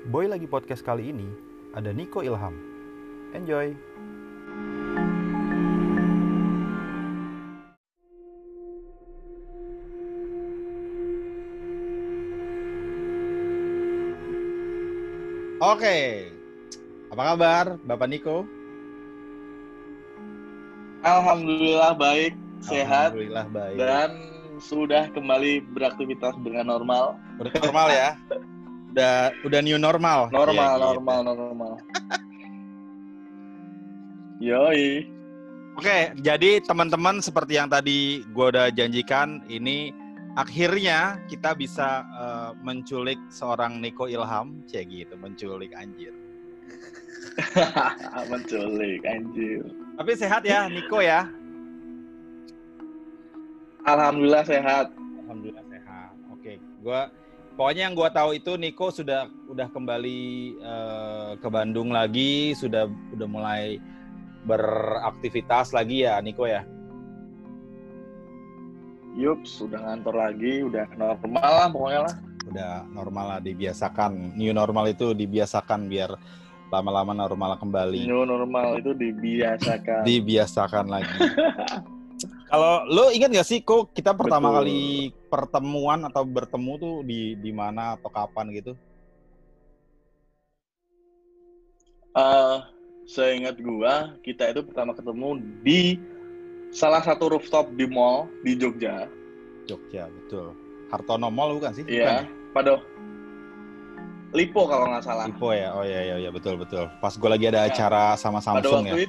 Boy Lagi Podcast kali ini ada Nico Ilham. Enjoy! Oke, apa kabar Bapak Niko? Alhamdulillah baik, sehat, Alhamdulillah baik. dan sudah kembali beraktivitas dengan normal. Udah normal ya? Udah new normal. Normal, Ya, gitu. normal. Yoi. Oke, jadi teman-teman seperti yang tadi gue udah janjikan, ini akhirnya kita bisa menculik seorang Nico Ilham, gitu, menculik anjir. Menculik, anjir. Tapi sehat ya, Nico ya? Alhamdulillah sehat. Alhamdulillah sehat. Oke, pokoknya yang gue tahu itu Nico udah kembali ke Bandung lagi, udah mulai beraktivitas lagi ya, Nico ya? Yups, udah ngantor lagi, udah normal lah pokoknya lah. Udah normal lah, dibiasakan. New normal itu dibiasakan biar lama-lama normal kembali. New normal itu dibiasakan. Dibiasakan lagi. Kalau lo ingat gak sih kok kita pertama kali pertemuan atau bertemu tuh di mana atau kapan gitu? Seingat gua, kita itu pertama ketemu di salah satu rooftop di mall di Jogja. Jogja, betul. Hartono Mall bukan sih? Iya, pada Lipo kalau nggak salah. Lipo ya? Oh iya, betul. Pas gue lagi ada acara sama Samsung pada waktu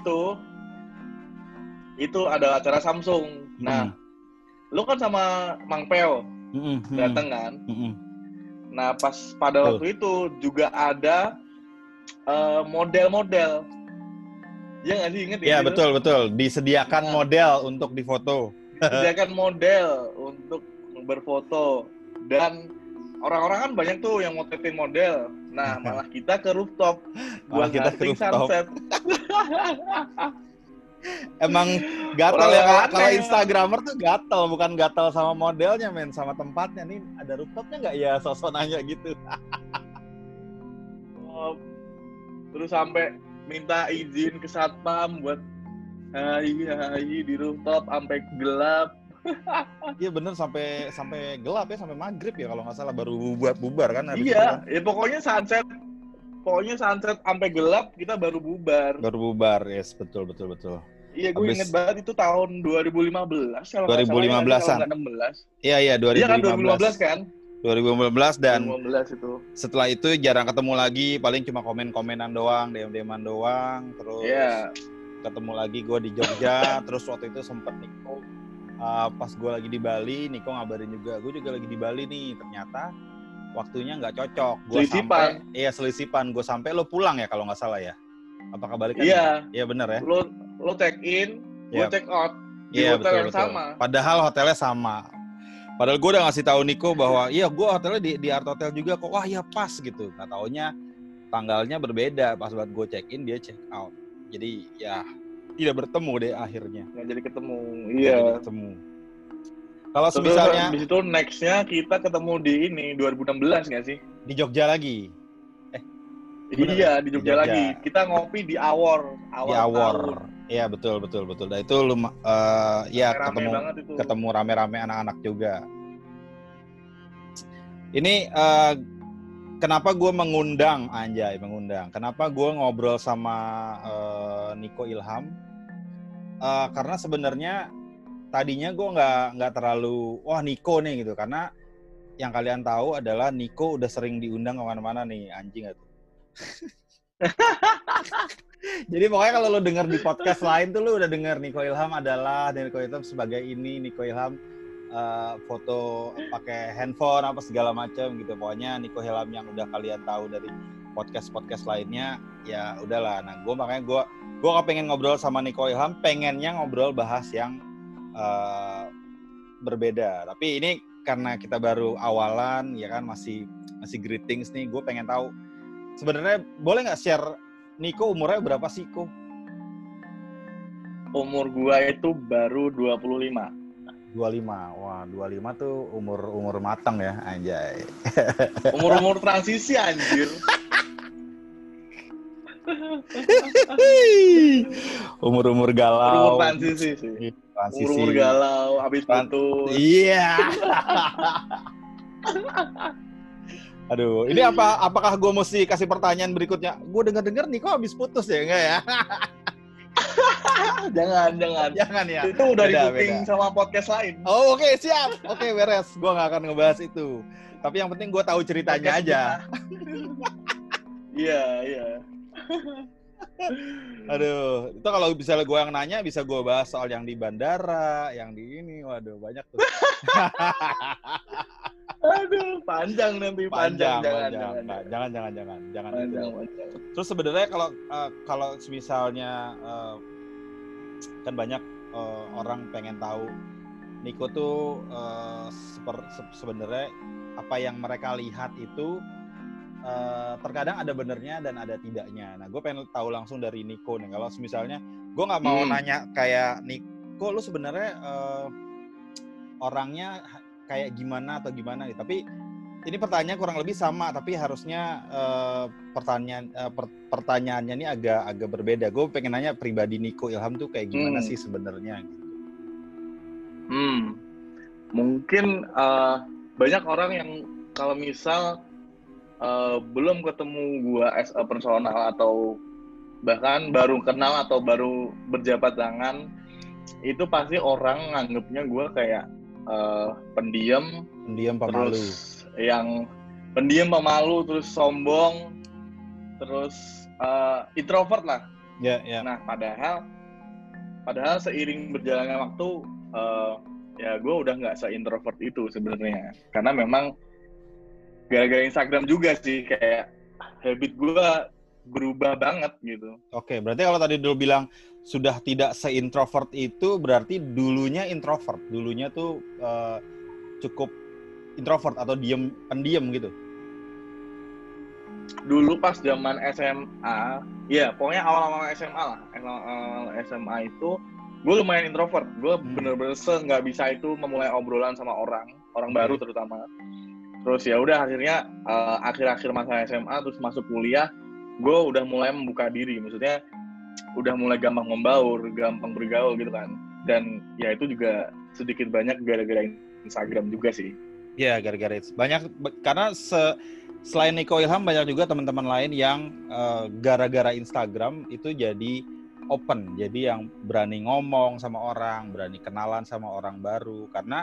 itu ada acara Samsung. Nah, lu kan sama Mang Peo datang kan? Nah, pas pada waktu itu juga ada model-model. Iya nggak sih, inget? Iya, betul. Disediakan model untuk difoto. Disediakan model untuk berfoto. Dan orang-orang kan banyak tuh yang motretin model. Nah, malah kita ke rooftop. Sunset. Emang gatel ya, kalau Instagramer tuh gatel, bukan gatel sama modelnya, men, sama tempatnya. Nih ada rooftopnya nggak ya, sosok nanya gitu. Terus sampai minta izin ke satpam buat hai di rooftop sampai gelap. Iya bener, sampai gelap ya, sampai maghrib ya kalau nggak salah, baru bubar kan. Iya, ya pokoknya sunset sampai gelap kita baru bubar. Yes, betul. Iya, gue inget banget itu tahun 2015 kalau 2015-an. 2016. Iya 2015. Iya kan 2015 kan? 2015 dan 2015 itu. Setelah itu jarang ketemu lagi, paling cuma komen-komenan doang, DM-an doang, terus ketemu lagi gue di Jogja, terus waktu itu sempet Niko pas gue lagi di Bali, Niko ngabarin juga, gue juga lagi di Bali nih, ternyata waktunya nggak cocok. Selisipan. Gue sampai lo pulang ya kalau nggak salah ya. Apakah balikan? Iya benar ya. Lo check in, gue check out di hotel yang sama. Padahal hotelnya sama. Padahal gue udah ngasih tahu Niko bahwa iya gue hotelnya di Art Hotel juga kok. Wah iya pas gitu. Nggak taunya tanggalnya berbeda. Pas buat gue check in dia check out. Jadi ya tidak bertemu deh akhirnya. Nggak jadi ketemu. Iya. Kalau misalnya di situ nextnya kita ketemu di ini 2016 nggak sih? Di Jogja lagi. Iya, di Jogja lagi. Kita ngopi di Awor. Di Awor. Iya betul. Dan itu ya ketemu rame-rame anak-anak juga. Ini kenapa gue mengundang? Kenapa gue ngobrol sama Nico Ilham? Karena sebenarnya tadinya gue nggak terlalu Nico nih gitu, karena yang kalian tahu adalah Nico udah sering diundang kemana-mana nih, anjing gitu. Jadi pokoknya kalau lo denger di podcast lain tuh lo udah denger Nico Ilham sebagai ini, Nico Ilham foto pakai handphone apa segala macam gitu. Pokoknya Nico Ilham yang udah kalian tahu dari podcast lainnya, ya udahlah. Nah, gue kepengen ngobrol sama Nico Ilham, pengennya ngobrol bahas yang berbeda. Tapi ini karena kita baru awalan ya kan, masih greetings nih, gue pengen tahu sebenarnya boleh nggak share Niko umurnya berapa sih, Ko? Umur gua itu baru 25. 25. Wah, 25 tuh umur matang ya, anjay. Umur transisi anjir. Umur-umur galau. Umur transisi sih. Transisi. Umur galau, habis putus. Iya. Aduh, ini apakah gue mesti kasih pertanyaan berikutnya? Gue dengar nih kok habis putus ya, enggak ya? Jangan ya. Itu udah di-booking sama podcast lain. Oh, oke, siap. Oke, beres. Gue nggak akan ngebahas itu. Tapi yang penting gue tahu ceritanya podcast aja. Iya. Aduh, itu kalau misalnya gue yang nanya, bisa gue bahas soal yang di bandara, yang di ini. Waduh, banyak tuh. Aduh, panjang nanti. Jangan. Terus sebenarnya kalau misalnya kan banyak orang pengen tahu Niko tuh sebenarnya apa yang mereka lihat itu terkadang ada benernya dan ada tidaknya. Nah, gue pengen tahu langsung dari Niko nih. Kalau misalnya gue nggak mau nanya kayak Niko, lu sebenarnya orangnya kayak gimana atau gimana nih. Tapi ini pertanyaan kurang lebih sama, tapi harusnya pertanyaannya ini agak berbeda. Gue pengen nanya pribadi Niko Ilham tuh kayak gimana sih sebenarnya? Gitu. Mungkin banyak orang yang kalau misal belum ketemu gue as a personal atau bahkan baru kenal atau baru berjabat tangan, itu pasti orang nganggapnya gue kayak pendiam pemalu, terus yang pendiam pemalu, terus sombong, terus introvert lah. Yeah. Nah, padahal seiring berjalannya waktu ya gue udah nggak se-introvert itu sebenarnya, karena memang gara-gara Instagram juga sih kayak habit gue berubah banget gitu. Oke, berarti kalau tadi dulu bilang sudah tidak se-introvert itu berarti dulunya introvert, dulunya tuh cukup introvert atau pendiam gitu. Dulu pas zaman SMA, ya pokoknya awal-awal SMA lah, awal SMA itu gue lumayan introvert. Gue bener-bener nggak bisa itu memulai obrolan sama orang baru terutama. Terus ya udah akhirnya akhir-akhir masa SMA terus masuk kuliah, gue udah mulai membuka diri, maksudnya udah mulai gampang membaur, gampang bergaul gitu kan. Dan ya itu juga sedikit banyak gara-gara Instagram juga sih. Iya, gara-gara itu. Banyak karena selain Niko Ilham banyak juga teman-teman lain yang gara-gara Instagram itu jadi open, jadi yang berani ngomong sama orang, berani kenalan sama orang baru. Karena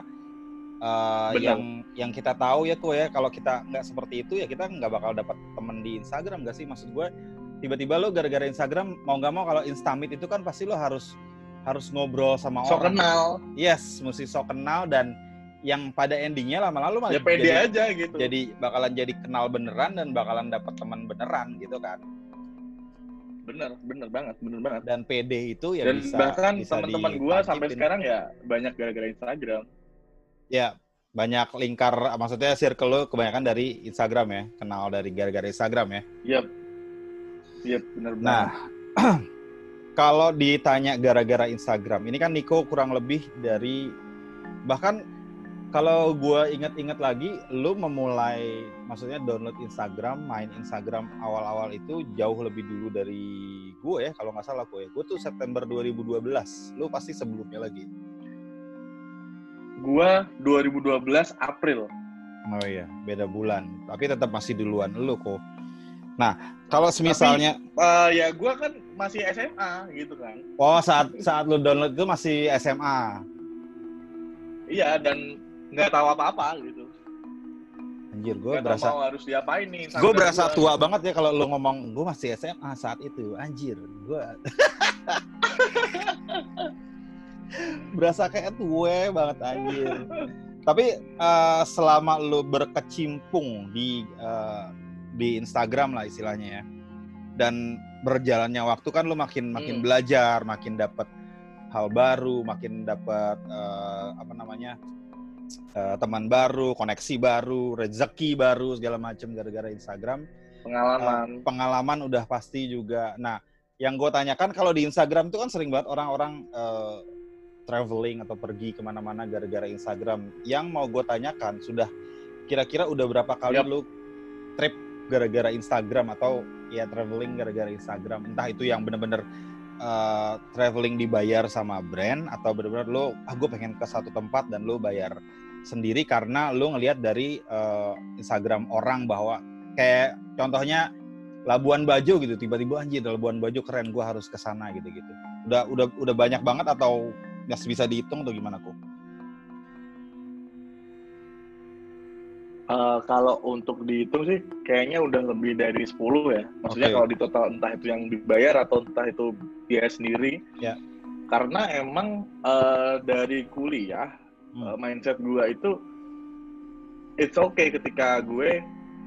yang kita tahu ya kok ya, kalau kita nggak seperti itu ya kita nggak bakal dapat temen di Instagram, nggak sih? Maksud gue tiba-tiba lo gara-gara Instagram mau nggak mau, kalau Instamit itu kan pasti lo harus ngobrol sama orang. Kenal. Yes, mesti kenal, dan yang pada endingnya lama-lama ya pede aja gitu. Jadi bakalan jadi kenal beneran dan bakalan dapat teman beneran gitu kan. Bener banget. Dan pede itu ya dan bisa. Dan bahkan teman-teman gue sampai sekarang ya banyak gara-gara Instagram. Ya, banyak lingkar, maksudnya circle lo kebanyakan dari Instagram ya, kenal dari gara-gara Instagram ya. Yep, benar. Nah, kalau ditanya gara-gara Instagram, ini kan Niko kurang lebih dari, bahkan kalau gue ingat-ingat lagi, lo memulai, maksudnya download Instagram, main Instagram awal-awal itu jauh lebih dulu dari gue ya, kalau nggak salah gue tuh September 2012, lo pasti sebelumnya lagi. Gua 2012 April. Oh iya, beda bulan. Tapi tetap masih duluan lu kok. Nah, kalau semisalnya ya gua kan masih SMA gitu kan. Oh, saat lu download itu masih SMA. Iya, dan nggak tahu apa-apa gitu. Anjir, gue berasa mau harus diapain nih. Gue berasa tua banget ya kalau lu ngomong gue masih SMA saat itu. Anjir, gue berasa kayak tua banget anjir. Tapi selama lu berkecimpung di Instagram lah istilahnya ya, dan berjalannya waktu kan lu makin belajar, makin dapat hal baru, makin dapat teman baru, koneksi baru, rezeki baru, segala macam gara-gara Instagram. Pengalaman udah pasti juga. Nah, yang gue tanyakan, kalau di Instagram itu kan sering banget orang-orang traveling atau pergi kemana-mana gara-gara Instagram. Yang mau gue tanyakan, sudah kira-kira udah berapa kali lu trip gara-gara Instagram atau ya traveling gara-gara Instagram, entah itu yang bener-bener traveling dibayar sama brand atau bener-bener lo gue pengen ke satu tempat dan lo bayar sendiri karena lo ngelihat dari Instagram orang bahwa kayak contohnya Labuan Bajo gitu, tiba-tiba anjir Labuan Bajo keren, gue harus ke sana gitu-gitu. Udah banyak banget atau masih bisa dihitung atau gimana kok? Kalau untuk dihitung sih kayaknya udah lebih dari 10 ya. Maksudnya kalau di total entah itu yang dibayar atau entah itu dia sendiri. Ya. Karena emang dari kuliah mindset gue itu it's okay ketika gue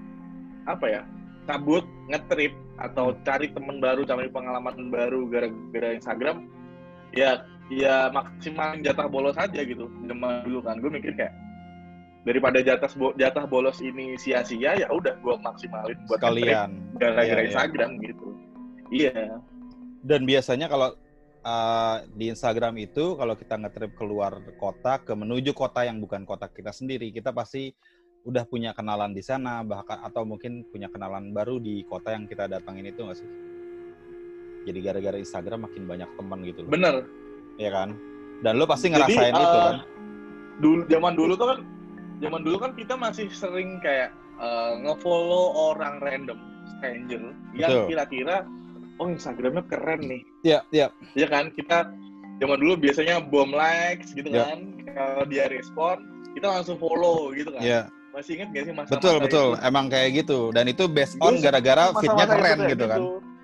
cabut ngetrip atau cari temen baru, cari pengalaman baru gara-gara Instagram. Ya maksimalin jatah bolos aja gitu. Zaman dulu kan gue mikir kayak daripada jatah bolos ini sia-sia, ya udah gue maksimalin buat sekalian gara-gara Instagram gitu. Iya. Dan biasanya kalau di Instagram itu kalau kita nge-trip keluar kota menuju kota yang bukan kota kita sendiri, kita pasti udah punya kenalan di sana, bahkan atau mungkin punya kenalan baru di kota yang kita datangin itu nggak sih? Jadi gara-gara Instagram makin banyak teman gitu loh. Bener. Iya kan? Dan lo pasti ngerasain itu kan? Zaman dulu kan kita masih sering kayak nge-follow orang random, stranger, yang kira-kira Instagramnya keren nih. Iya. Iya kan? Kita zaman dulu biasanya bom likes gitu kan. Kalau dia respon, kita langsung follow gitu kan. Iya. Masih ingat gak sih masa-masa betul. itu? Emang kayak gitu. Dan itu based on gara-gara fitnya keren gitu kan.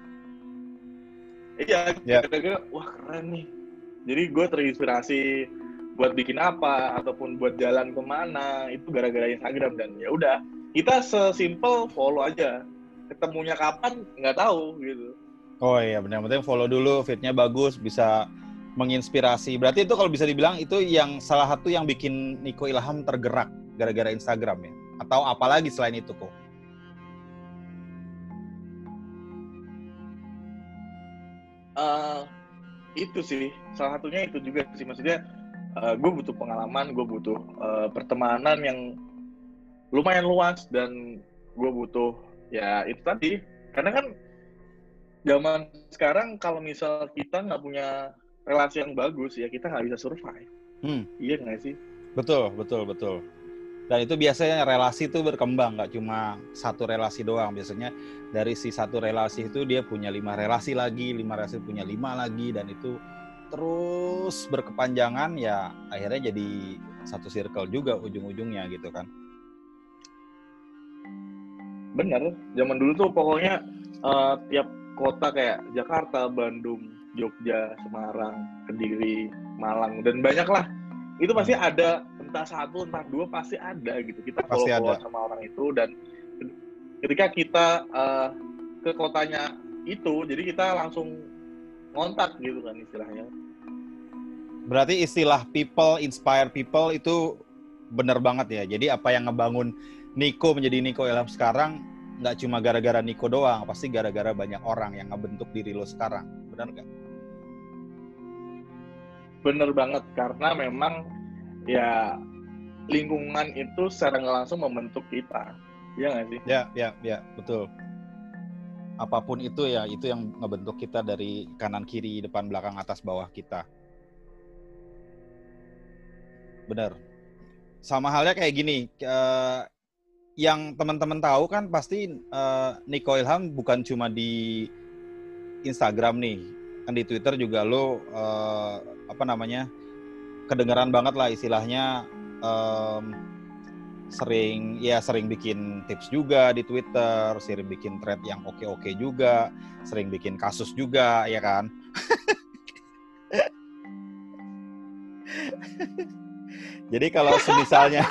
Iya, gara-gara wah keren nih. Jadi gue terinspirasi buat bikin apa ataupun buat jalan kemana itu gara-gara Instagram. Dan ya udah, kita sesimpel follow aja. Ketemunya kapan nggak tahu gitu. Oh iya, benar-benar follow dulu, fitnya bagus, bisa menginspirasi. Berarti itu kalau bisa dibilang itu yang salah satu yang bikin Nico Ilham tergerak gara-gara Instagram ya? Atau apalagi selain itu kok? Itu sih, salah satunya itu juga sih. Maksudnya gue butuh pengalaman, gue butuh pertemanan yang lumayan luas, dan gue butuh ya itu tadi. Karena kan zaman sekarang kalau misal kita nggak punya relasi yang bagus, ya kita nggak bisa survive. Iya nggak sih? Betul. Dan itu biasanya relasi itu berkembang, nggak cuma satu relasi doang. Biasanya dari si satu relasi itu dia punya 5 relasi lagi, 5 relasi punya 5 lagi, dan itu terus berkepanjangan, ya akhirnya jadi satu circle juga ujung-ujungnya gitu kan. Bener, zaman dulu tuh pokoknya tiap kota kayak Jakarta, Bandung, Jogja, Semarang, Kediri, Malang, dan banyak lah. Itu pasti ada, entah satu, entah dua, pasti ada gitu. Kita follow-follow sama orang itu, dan ketika kita ke kotanya itu, jadi kita langsung ngontak gitu kan istilahnya. Berarti istilah people inspire people itu bener banget ya. Jadi apa yang ngebangun Nico menjadi Nico Ilham sekarang nggak cuma gara-gara Nico doang, pasti gara-gara banyak orang yang ngebentuk diri lo sekarang. Benar nggak? Bener banget, karena memang ya lingkungan itu secara nggak langsung membentuk kita, ya nggak sih? Ya, betul. Apapun itu ya, itu yang ngebentuk kita dari kanan kiri, depan belakang, atas bawah kita. Bener. Sama halnya kayak gini, yang teman-teman tahu kan pasti Nico Ilham bukan cuma di Instagram nih, kan di Twitter juga lo kedengeran banget lah istilahnya, sering bikin tips juga di Twitter, sering bikin thread yang oke juga, sering bikin kasus juga, ya kan? Jadi kalau semisalnya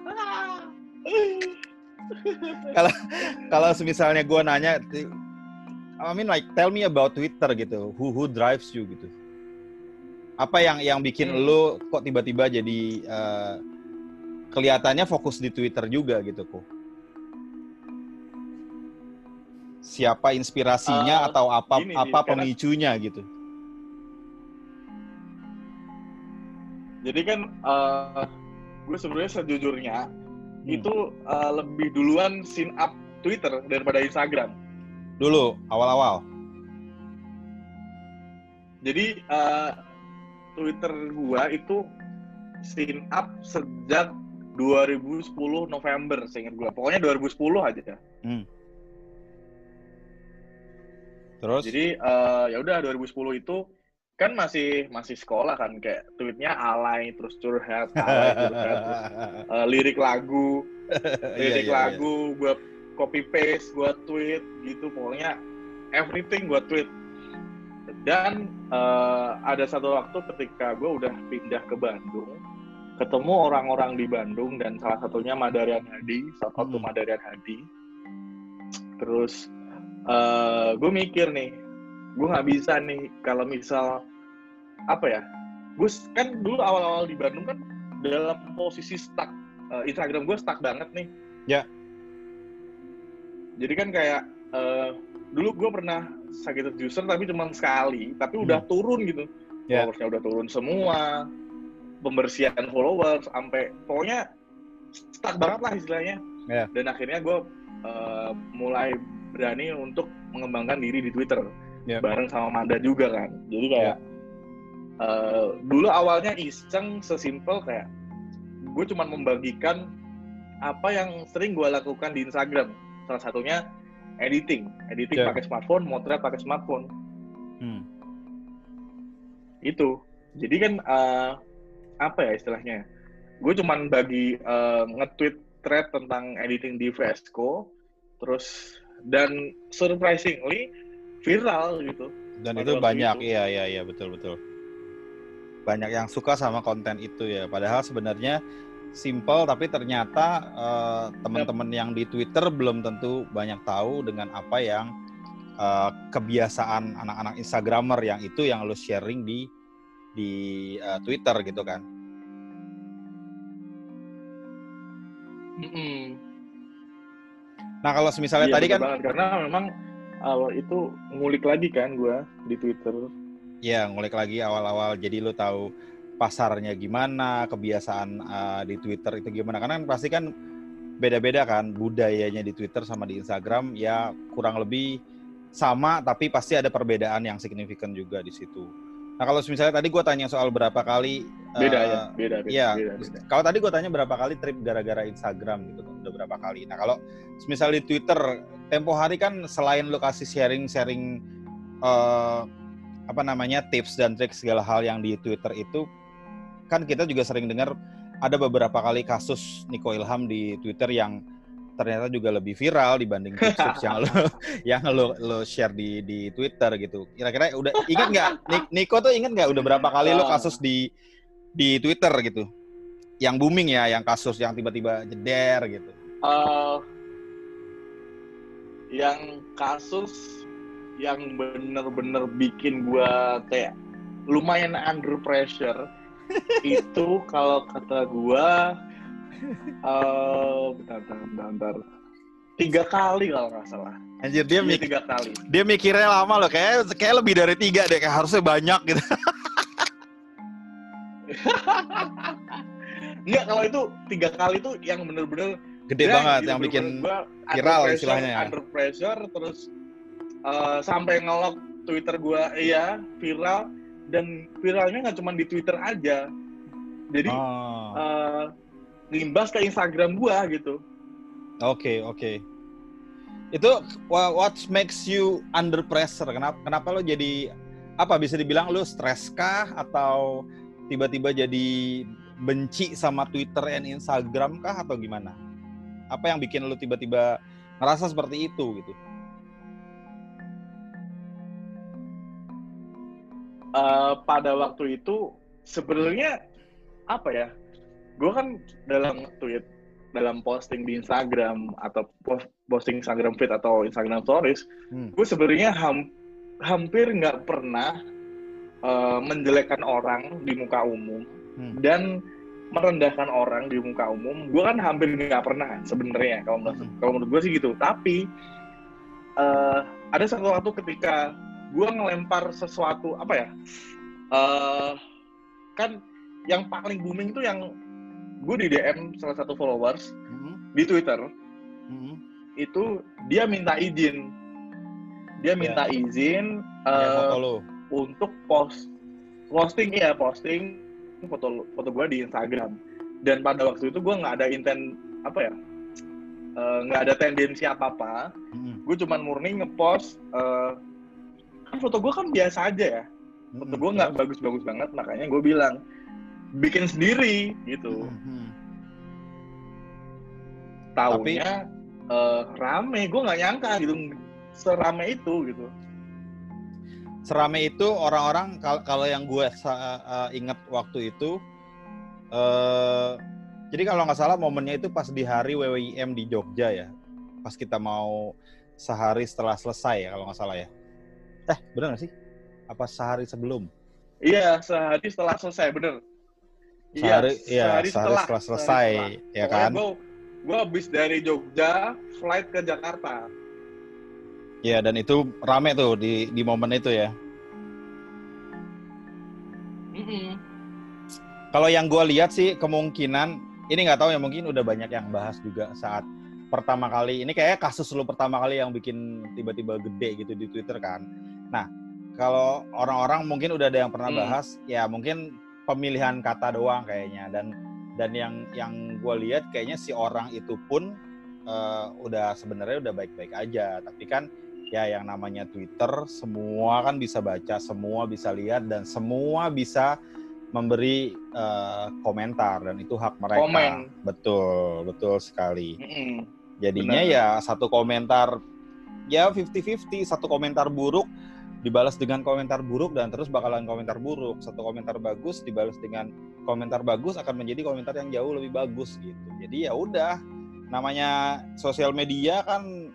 kalau semisalnya gue nanya, I mean like tell me about Twitter gitu, who drives you gitu. Apa yang bikin lo kok tiba-tiba jadi kelihatannya fokus di Twitter juga gitu kok? Siapa inspirasinya atau apa pemicunya gitu? Jadi kan gue sebenarnya sejujurnya itu lebih duluan sync up Twitter daripada Instagram. Dulu, awal-awal. Jadi Twitter gua itu sign up sejak 2010 November, seingat gua. Pokoknya 2010 aja. Terus? Jadi ya udah 2010 itu kan masih sekolah kan, kayak tweetnya alay terus curhat terus lirik lagu gue copy paste, gue tweet gitu, pokoknya everything gue tweet. Dan ada satu waktu ketika gue udah pindah ke Bandung, ketemu orang-orang di Bandung dan salah satunya Madarian Hadi, salah satu Madarian Hadi. Terus gue mikir nih, gue nggak bisa nih kalau misal apa ya, gue kan dulu awal-awal di Bandung kan dalam posisi stuck, Instagram gue stuck banget nih. Ya. Jadi kan kayak dulu gue pernah sakit user tapi cuma sekali, tapi udah turun gitu, followersnya udah turun semua, pembersihan followers, sampai pokoknya stuck banget lah istilahnya. Dan akhirnya gue mulai berani untuk mengembangkan diri di Twitter bareng sama Manda juga kan. Jadi kayak dulu awalnya iseng, sesimpel kayak gue cuma membagikan apa yang sering gue lakukan di Instagram. Salah satunya editing pakai smartphone, motret pakai smartphone. Itu. Jadi kan apa ya istilahnya? Gue cuma bagi nge-tweet thread tentang editing di Fresco, terus dan surprisingly viral gitu. Dan itu banyak, iya betul. Banyak yang suka sama konten itu ya. Padahal sebenarnya simple, tapi ternyata teman-teman yang di Twitter belum tentu banyak tahu dengan apa yang kebiasaan anak-anak Instagramer yang itu yang lo sharing di Twitter gitu kan. Nah kalau misalnya tadi kan banget, karena memang awal itu ngulik lagi kan gue di Twitter. Iya, ngulik lagi awal-awal, jadi lo tahu pasarnya gimana, kebiasaan di Twitter itu gimana. Karena pasti kan beda-beda kan budayanya di Twitter sama di Instagram, ya kurang lebih sama, tapi pasti ada perbedaan yang signifikan juga di situ. Nah kalau misalnya tadi gue tanya soal berapa kali beda. Kalau tadi gue tanya berapa kali trip gara-gara Instagram gitu, udah berapa kali. Nah kalau misalnya di Twitter tempo hari kan selain lo kasih sharing tips dan trik segala hal yang di Twitter itu, kan kita juga sering dengar ada beberapa kali kasus Niko Ilham di Twitter yang ternyata juga lebih viral dibanding tips yang lo share di Twitter gitu. Kira-kira udah ingat nggak, Niko tuh ingat nggak udah berapa kali lo kasus di Twitter gitu, yang booming ya, yang kasus yang tiba-tiba jeder gitu? Yang kasus yang bener-bener bikin gua kayak lumayan under pressure itu kalau kata gua bentar 3 kali kalau nggak salah. Anjir, dia 3 kali. Dia mikirnya lama loh, kayak lebih dari 3 deh, kayak harusnya banyak gitu. Enggak, kalau itu 3 kali itu yang bener-bener gede banget, yang bikin viral istilahnya ya. Under pressure, terus sampai nge-lock Twitter gue, viral, dan viralnya nggak cuma di Twitter aja, jadi ngimbas ke Instagram gue gitu. Oke. Itu what makes you under pressure? Kenapa lo jadi, apa bisa dibilang lo stres kah, atau tiba-tiba jadi benci sama Twitter dan Instagram kah, atau gimana? Apa yang bikin lo tiba-tiba ngerasa seperti itu gitu? Pada waktu itu sebenarnya apa ya, gue kan dalam posting di Instagram atau posting Instagram feed atau Instagram stories, gue sebenarnya hampir nggak pernah menjelekkan orang di muka umum dan merendahkan orang di muka umum. Gue kan hampir nggak pernah sebenarnya, kalau menurut gue sih gitu. Tapi ada satu waktu ketika gue ngelempar sesuatu, apa ya, kan yang paling booming itu yang gue di DM salah satu followers di Twitter, itu dia minta izin. Foto lo. Untuk posting foto gue di Instagram. Dan pada waktu itu gue nggak ada intent nggak ada tendensi apa-apa. Gue cuman murni ngepost. Kan foto gue kan biasa aja ya. Foto gue nggak bagus-bagus banget, makanya gue bilang bikin sendiri gitu. Taunya rame, gue nggak nyangka gitu, serame itu gitu. Serame itu orang-orang kalau yang gue ingat waktu itu, jadi kalau nggak salah momennya itu pas di hari WWIM di Jogja ya, pas kita mau sehari setelah selesai ya kalau nggak salah ya. Bener nggak sih? Apa sehari sebelum? Iya, sehari setelah selesai, bener. Sehari setelah selesai, ya kan? Gue habis dari Jogja, flight ke Jakarta. Ya, dan itu rame tuh di momen itu ya. Kalau yang gue lihat sih kemungkinan, ini nggak tahu ya, mungkin udah banyak yang bahas juga saat pertama kali. Ini kayak kasus lu pertama kali yang bikin tiba-tiba gede gitu di Twitter kan. Nah, kalau orang-orang mungkin udah ada yang pernah bahas, ya mungkin pemilihan kata doang kayaknya. Dan yang gue lihat kayaknya si orang itu pun sebenarnya udah baik-baik aja. Tapi kan ya yang namanya Twitter, semua kan bisa baca, semua bisa lihat, dan semua bisa memberi komentar, dan itu hak mereka. Komen. Betul sekali. Jadinya ya satu komentar ya 50-50, satu komentar buruk dibalas dengan komentar buruk dan terus bakalan komentar buruk. Satu komentar bagus dibalas dengan komentar bagus akan menjadi komentar yang jauh lebih bagus gitu. Jadi ya udah, namanya sosial media kan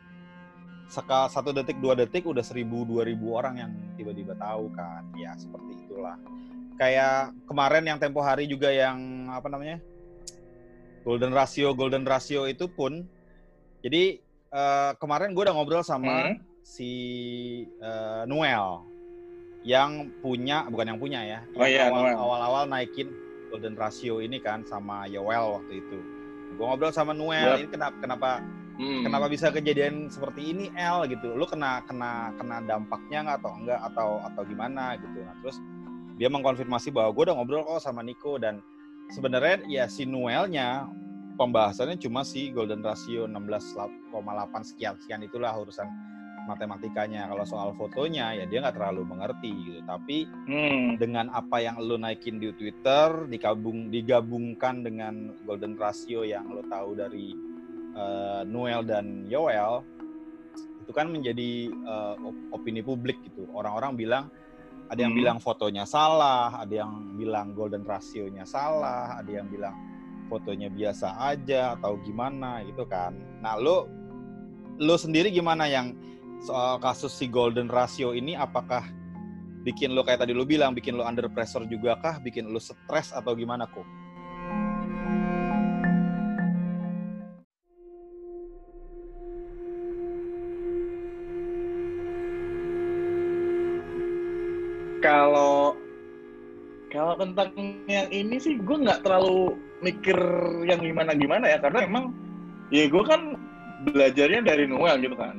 1 detik 2 detik udah 1.000-2.000 orang yang tiba-tiba tahu kan. Ya seperti itulah. Kayak kemarin yang tempo hari juga yang golden ratio itu pun. Jadi kemarin gue udah ngobrol sama si Noel yang bukan yang punya ya. Awal-awal naikin golden ratio ini kan sama Yoel waktu itu. Gue ngobrol sama Noel, ini kenapa bisa kejadian seperti ini gitu. Lu kena dampaknya nggak atau gimana gitu. Nah, terus dia mengkonfirmasi bahwa gue udah ngobrol kok sama Nico, dan sebenarnya ya si Noelnya pembahasannya cuma si golden ratio 16,8 sekian itulah urusan matematikanya. Kalau soal fotonya ya dia nggak terlalu mengerti gitu. Tapi dengan apa yang lo naikin di Twitter digabungkan dengan golden ratio yang lo tahu dari Noel dan Yoel, itu kan menjadi opini publik gitu. Orang-orang bilang, ada yang bilang fotonya salah, ada yang bilang golden ratio-nya salah, ada yang bilang fotonya biasa aja atau gimana gitu kan. Nah, lo sendiri gimana yang soal kasus si golden ratio ini? Apakah bikin lo kayak tadi lo bilang, bikin lo under pressure juga kah? Bikin lo stres atau gimana kok? Kalau tentang yang ini sih gue nggak terlalu mikir yang gimana ya, karena emang ya gue kan belajarnya dari Noel gitu kan.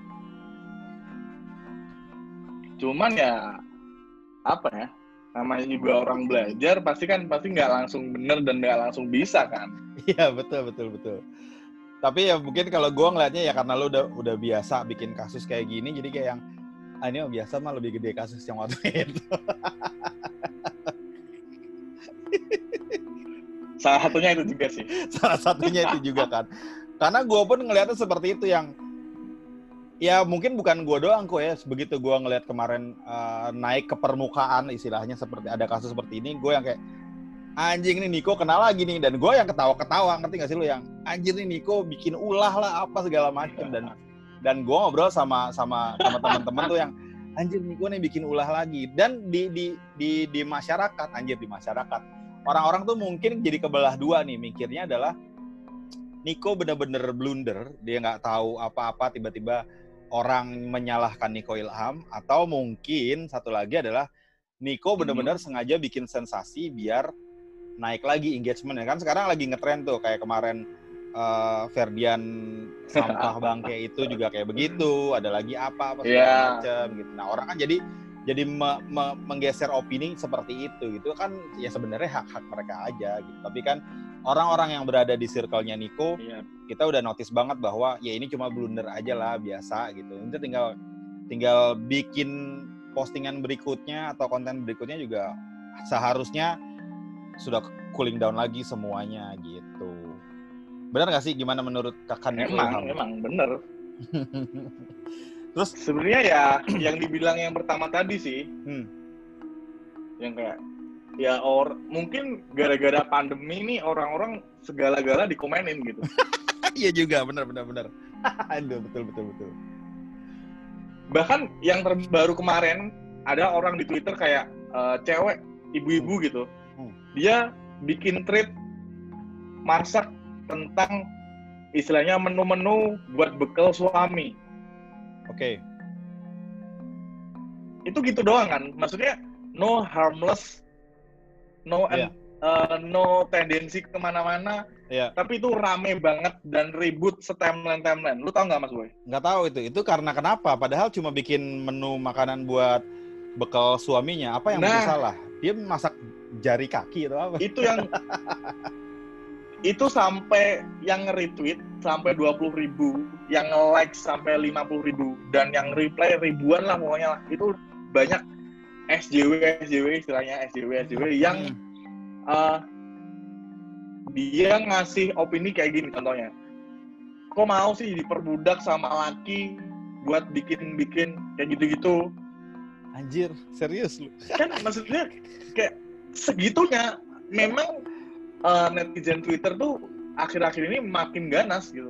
Cuman ya namanya juga orang belajar pasti nggak langsung bener dan nggak langsung bisa kan. Iya, betul. Tapi ya mungkin kalau gue ngeliatnya ya karena lo udah biasa bikin kasus kayak gini, jadi kayak yang ini mah biasa mah lebih gede kasus yang waktu itu. Salah satunya itu juga kan. Karena gue pun ngeliatnya seperti itu, yang ya mungkin bukan gue doang kok ya. Begitu gue ngeliat kemarin naik ke permukaan istilahnya seperti ada kasus seperti ini, gue yang kayak anjing nih Nico kena lagi nih, dan gue yang ketawa-ketawa, ngerti gak sih lu, yang anjir nih Nico bikin ulah lah apa segala macam. Dan gue ngobrol sama teman-teman tuh yang anjir Nico nih bikin ulah lagi. Dan di masyarakat, di masyarakat orang-orang tuh mungkin jadi kebelah dua nih, mikirnya adalah Nico bener-bener blunder, dia nggak tahu apa-apa, tiba-tiba orang menyalahkan Nico Ilham, atau mungkin satu lagi adalah Nico bener-bener sengaja bikin sensasi biar naik lagi engagement ya kan. Sekarang lagi ngetrend tuh kayak kemarin Ferdian sampah bangke itu juga kayak begitu, ada lagi apa segala macam gitu. Nah orang kan jadi menggeser opini seperti itu gitu kan, ya sebenarnya hak mereka aja gitu. Tapi kan orang-orang yang berada di circle-nya Nico, kita udah notice banget bahwa ya ini cuma blunder aja lah, biasa gitu. Nanti tinggal bikin postingan berikutnya atau konten berikutnya juga seharusnya sudah cooling down lagi semuanya gitu. Benar nggak sih? Gimana menurut Kakak Nico Ilham? Emang bener. Terus sebenarnya ya yang dibilang yang pertama tadi sih, yang kayak ya mungkin gara-gara pandemi nih orang-orang segala-gala dikomenin gitu. Iya juga, benar. Aduh, betul. Bahkan yang terbaru kemarin ada orang di Twitter kayak cewek ibu-ibu gitu, dia bikin thread masak tentang istilahnya menu-menu buat bekal suami. Oke. Itu gitu doang kan, maksudnya no harmless, no tendensi kemana-mana. Tapi itu rame banget dan ribut timeline. Lu tau nggak Mas Boy? Nggak tahu itu karena kenapa? Padahal cuma bikin menu makanan buat bekal suaminya. Apa yang mungkin salah? Dia masak jari kaki atau apa? Itu yang itu sampai yang retweet sampai 20.000, yang like sampai 50.000, dan yang reply ribuan lah pokoknya lah. Itu banyak SJW istilahnya SJW yang dia ngasih opini kayak gini contohnya. Kok mau sih diperbudak sama laki buat bikin kayak gitu-gitu? Anjir, serius lu? Kan maksudnya kayak segitunya. Memang netizen Twitter tuh akhir-akhir ini makin ganas gitu.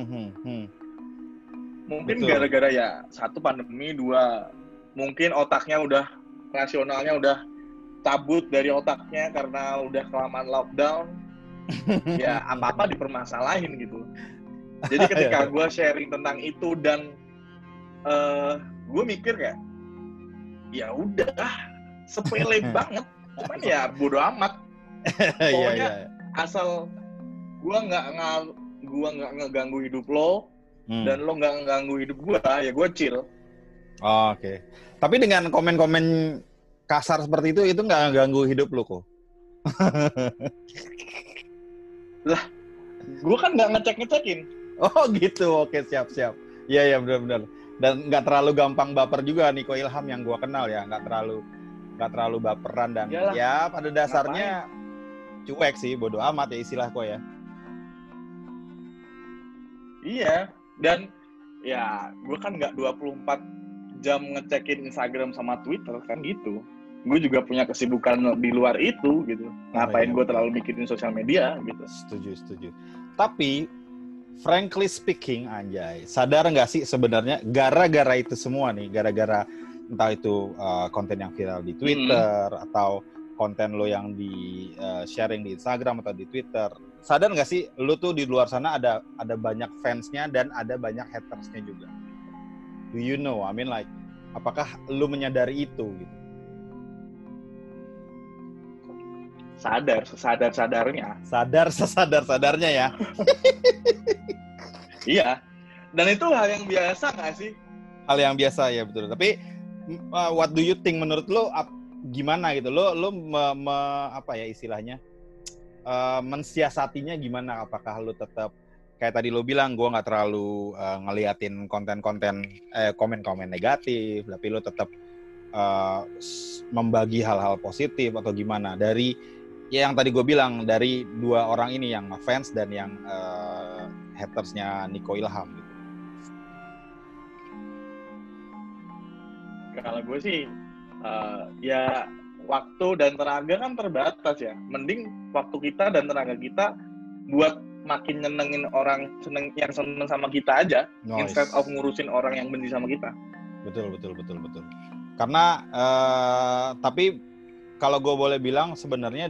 Mungkin betul. Gara-gara ya satu pandemi, dua mungkin rasionalnya udah cabut dari otaknya karena udah kelamaan lockdown. Ya apa-apa dipermasalahin gitu. Jadi ketika gue sharing tentang itu dan gue mikir kayak ya udah sepele banget, cuman ya bodo amat. Pokoknya asal gue nggak ngeganggu hidup lo dan lo nggak ngeganggu hidup gue, ya gue chill. Oke. Tapi dengan komen-komen kasar seperti itu nggak ngeganggu hidup lo kok? Lah, gue kan nggak ngecekin. Oh gitu, oke siap. Iya benar. Dan nggak terlalu gampang baper juga Nico Ilham yang gue kenal ya, nggak terlalu baperan dan yalah, ya pada dasarnya cuek sih, bodo amat ya istilah kok ya. Iya, dan ya gue kan nggak 24 jam ngecekin Instagram sama Twitter kan gitu. Gue juga punya kesibukan di luar itu gitu. Ngapain gue terlalu mikirin sosial media gitu. Setuju. Tapi frankly speaking, anjay, sadar nggak sih sebenarnya gara-gara itu semua nih, gara-gara entah itu konten yang viral di Twitter atau konten lo yang di sharing di Instagram atau di Twitter, sadar nggak sih lo tuh di luar sana ada banyak fansnya dan ada banyak hatersnya juga? Do you know? I mean like, apakah lo menyadari itu gitu? Sadar-sadarnya ya. Iya, dan itu hal yang biasa nggak sih? Hal yang biasa ya, betul. Tapi what do you think, menurut lo gimana gitu? Lo apa ya istilahnya, mensiasatinya gimana? Apakah lo tetap kayak tadi lo bilang, gue nggak terlalu ngeliatin konten-konten komen-komen negatif, tapi lo tetap membagi hal-hal positif atau gimana? Dari ya yang tadi gue bilang, dari dua orang ini, yang fans dan yang hatersnya Nico Ilham gitu. Kalau gue sih ya waktu dan tenaga kan terbatas ya. Mending waktu kita dan tenaga kita buat makin nyenengin orang yang seneng sama kita aja, instead of ngurusin orang yang benci sama kita. Betul. Karena tapi kalau gue boleh bilang sebenarnya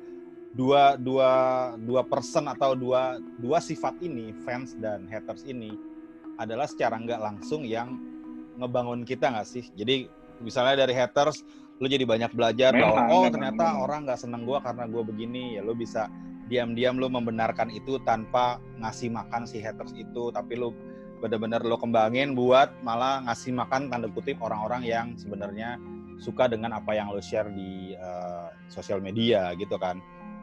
dua person atau dua sifat ini, fans dan haters ini, adalah secara nggak langsung yang ngebangun kita nggak sih? Jadi misalnya dari haters, lu jadi banyak belajar bahwa ternyata orang nggak seneng gue karena gue begini, ya lu bisa diam-diam lu membenarkan itu tanpa ngasih makan si haters itu, tapi lu benar-benar lu kembangin buat malah ngasih makan tanda kutip orang-orang yang sebenarnya suka dengan apa yang lu share di sosial media gitu kan.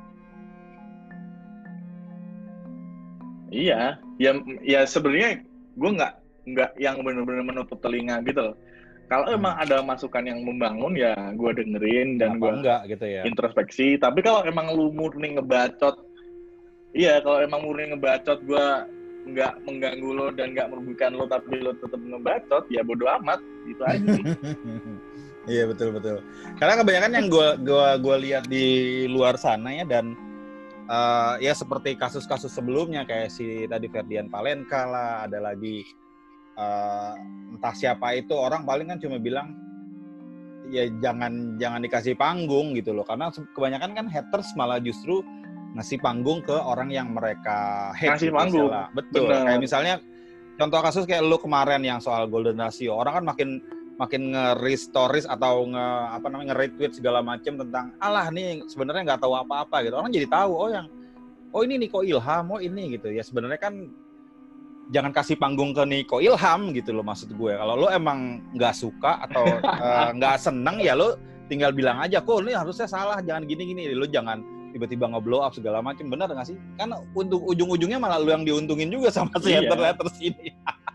Iya, ya sebenarnya gue nggak yang benar-benar menutup telinga gitu loh. Kalau emang ada masukan yang membangun ya gue dengerin dan gue gitu ya? Introspeksi. Tapi kalau emang lu murni ngebacot, iya kalau emang murni ngebacot gue nggak mengganggu lo dan nggak merugikan lo tapi lo tetap ngebacot, ya bodo amat gitu aja sih. Iya betul. Karena kebanyakan yang gue lihat di luar sana ya, dan ya seperti kasus-kasus sebelumnya kayak si tadi Ferdian Palenka lah, ada lagi entah siapa itu, orang paling kan cuma bilang ya jangan dikasih panggung gitu loh, karena kebanyakan kan haters malah justru ngasih panggung ke orang yang mereka hate. Ngasih panggung. Betul. Bener. Kayak misalnya contoh kasus kayak lu kemarin yang soal Golden Ratio, orang kan makin nge-restories atau nge-retweet segala macam tentang alah nih sebenarnya nggak tahu apa-apa gitu. Orang jadi tahu ini Nico Ilham, ini gitu. Ya sebenarnya kan jangan kasih panggung ke Nico Ilham gitu loh, maksud gue. Kalau lo emang nggak suka atau nggak seneng ya lo tinggal bilang aja, kok ini harusnya salah, jangan gini-gini. Lo jangan tiba-tiba nge-blow up segala macam, benar nggak sih? Kan untuk ujung-ujungnya malah lo yang diuntungin juga sama si haters ini.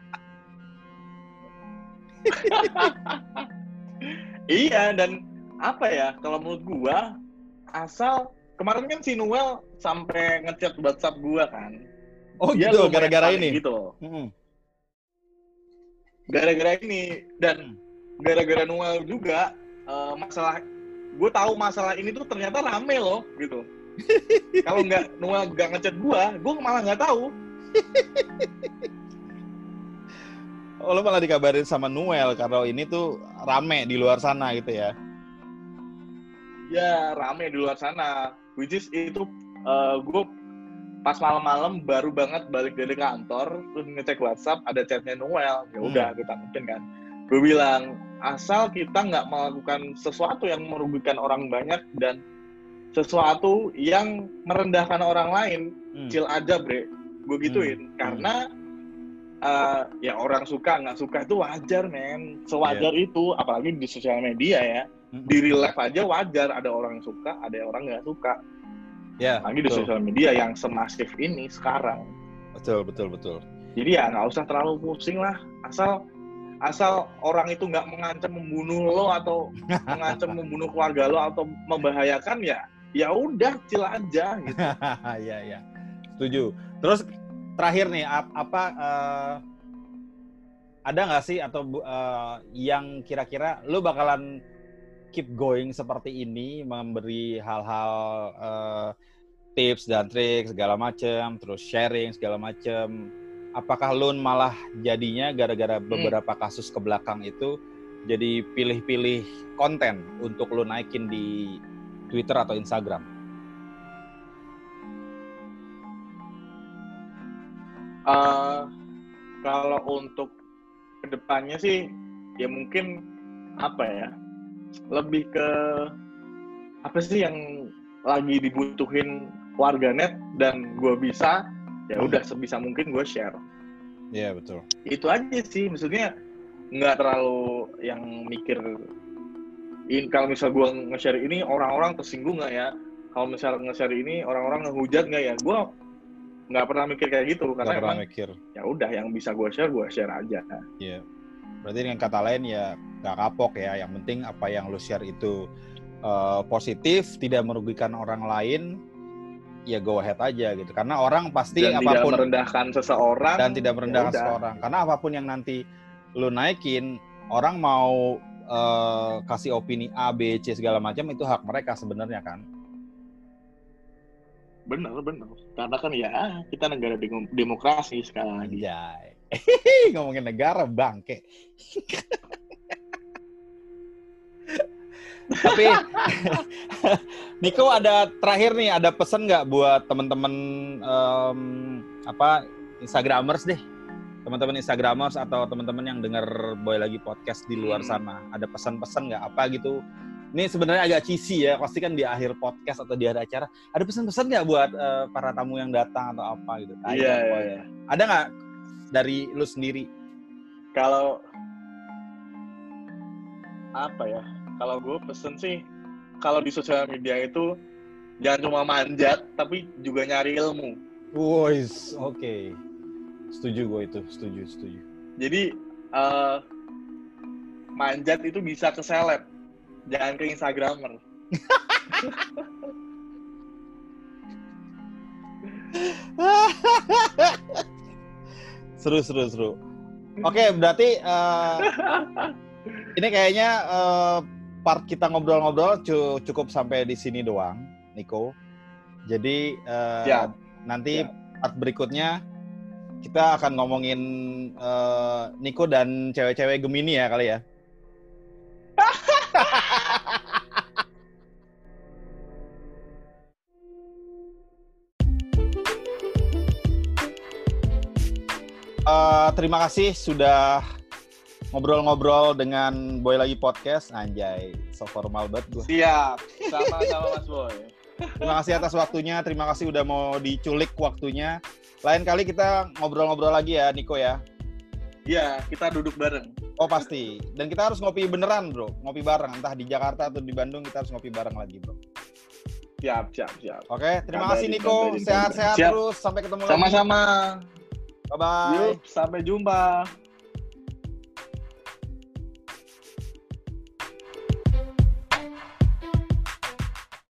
Iya, dan apa ya, kalau menurut gua, asal kemarin kan si Noel sampai ngechat WhatsApp gua kan. Oh dia gitu, gara-gara ini? Gitu. Gara-gara ini, dan gara-gara Noel juga, masalah, gue tahu masalah ini tuh ternyata rame loh, gitu. Kalau Noel nggak ngechat gue malah nggak tahu. Oh, lo malah dikabarin sama Noel kalau ini tuh rame di luar sana gitu ya? Ya, rame di luar sana. Which is itu gue pas malam-malam baru banget balik dari kantor, terus ngecek WhatsApp, ada chatnya Noel. Ya udah, gue tanggepin kan. Gue bilang, asal kita nggak melakukan sesuatu yang merugikan orang banyak dan sesuatu yang merendahkan orang lain, chill aja bre. Gue gituin. Karena ya orang suka nggak suka itu wajar men, sewajar itu, apalagi di sosial media ya, di real life aja wajar, ada orang yang suka, ada orang nggak suka, lagi di sosial media yang semasif ini sekarang. Betul. Jadi ya nggak usah terlalu pusing lah, asal orang itu nggak mengancam membunuh lo atau mengancam membunuh keluarga lo atau membahayakan, ya udah chill aja gitu. Ya setuju. Terus terakhir nih, ada nggak sih atau yang kira-kira lu bakalan keep going seperti ini, memberi hal-hal tips dan trik segala macam, terus sharing segala macam. Apakah lu malah jadinya gara-gara beberapa kasus ke belakang itu jadi pilih-pilih konten untuk lu naikin di Twitter atau Instagram? Kalau untuk kedepannya sih ya mungkin lebih ke apa sih yang lagi dibutuhin warganet dan gue bisa, ya udah sebisa mungkin gue share. Iya betul. Itu aja sih, maksudnya nggak terlalu yang mikir kalau misal gue nge-share ini orang-orang tersinggung nggak ya, kalau misal nge-share ini orang-orang ngehujat nggak ya, gue nggak pernah mikir kayak gitu, karena emang ya udah yang bisa gue share aja. Iya. Berarti dengan kata lain ya nggak kapok ya, yang penting apa yang lu share itu positif, tidak merugikan orang lain, ya go ahead aja gitu. Karena orang pasti dan apapun tidak merendahkan seseorang, dan tidak merendahkan seseorang. Karena apapun yang nanti lu naikin, orang mau kasih opini A, B, C segala macam, itu hak mereka sebenarnya kan. Benar. Karena kan ya kita negara demokrasi sekali lagi. Anjay. Ngomongin negara bangke. Tapi Nico, ada terakhir nih, ada pesan nggak buat teman-teman Instagramers deh, teman-teman Instagramers atau teman-teman yang dengar Boy Lagi podcast di luar sana, ada pesan-pesan nggak apa gitu Ini sebenarnya agak cheesy ya, pasti kan di akhir podcast atau di akhir acara. Ada pesan-pesan nggak buat para tamu yang datang atau apa gitu? Iya. Ada nggak dari lu sendiri? Kalau apa ya? Kalau gue pesen sih, kalau di sosial media itu jangan cuma manjat, tapi juga nyari ilmu. Wois, oke. Setuju gue itu, setuju. Jadi manjat itu bisa ke seleb, jangan ke Instagramer. Seru. Oke, berarti ini kayaknya part kita ngobrol-ngobrol cukup sampai di sini doang, Niko. Jadi nanti part berikutnya kita akan ngomongin Niko dan cewek-cewek Gemini ya kali ya. Terima kasih sudah ngobrol-ngobrol dengan Boy Lagi Podcast. Anjay, so formal banget gue. Siap, sama-sama Mas Boy. Terima kasih atas waktunya, terima kasih udah mau diculik waktunya. Lain kali kita ngobrol-ngobrol lagi ya, Niko ya. Iya, kita duduk bareng. Oh pasti, dan kita harus ngopi beneran bro, ngopi bareng. Entah di Jakarta atau di Bandung, kita harus ngopi bareng lagi bro. Siap. Oke, terima kasih Niko, sehat-sehat terus, sampai ketemu lagi. Sama-sama. Bye-bye. Yuk, sampai jumpa.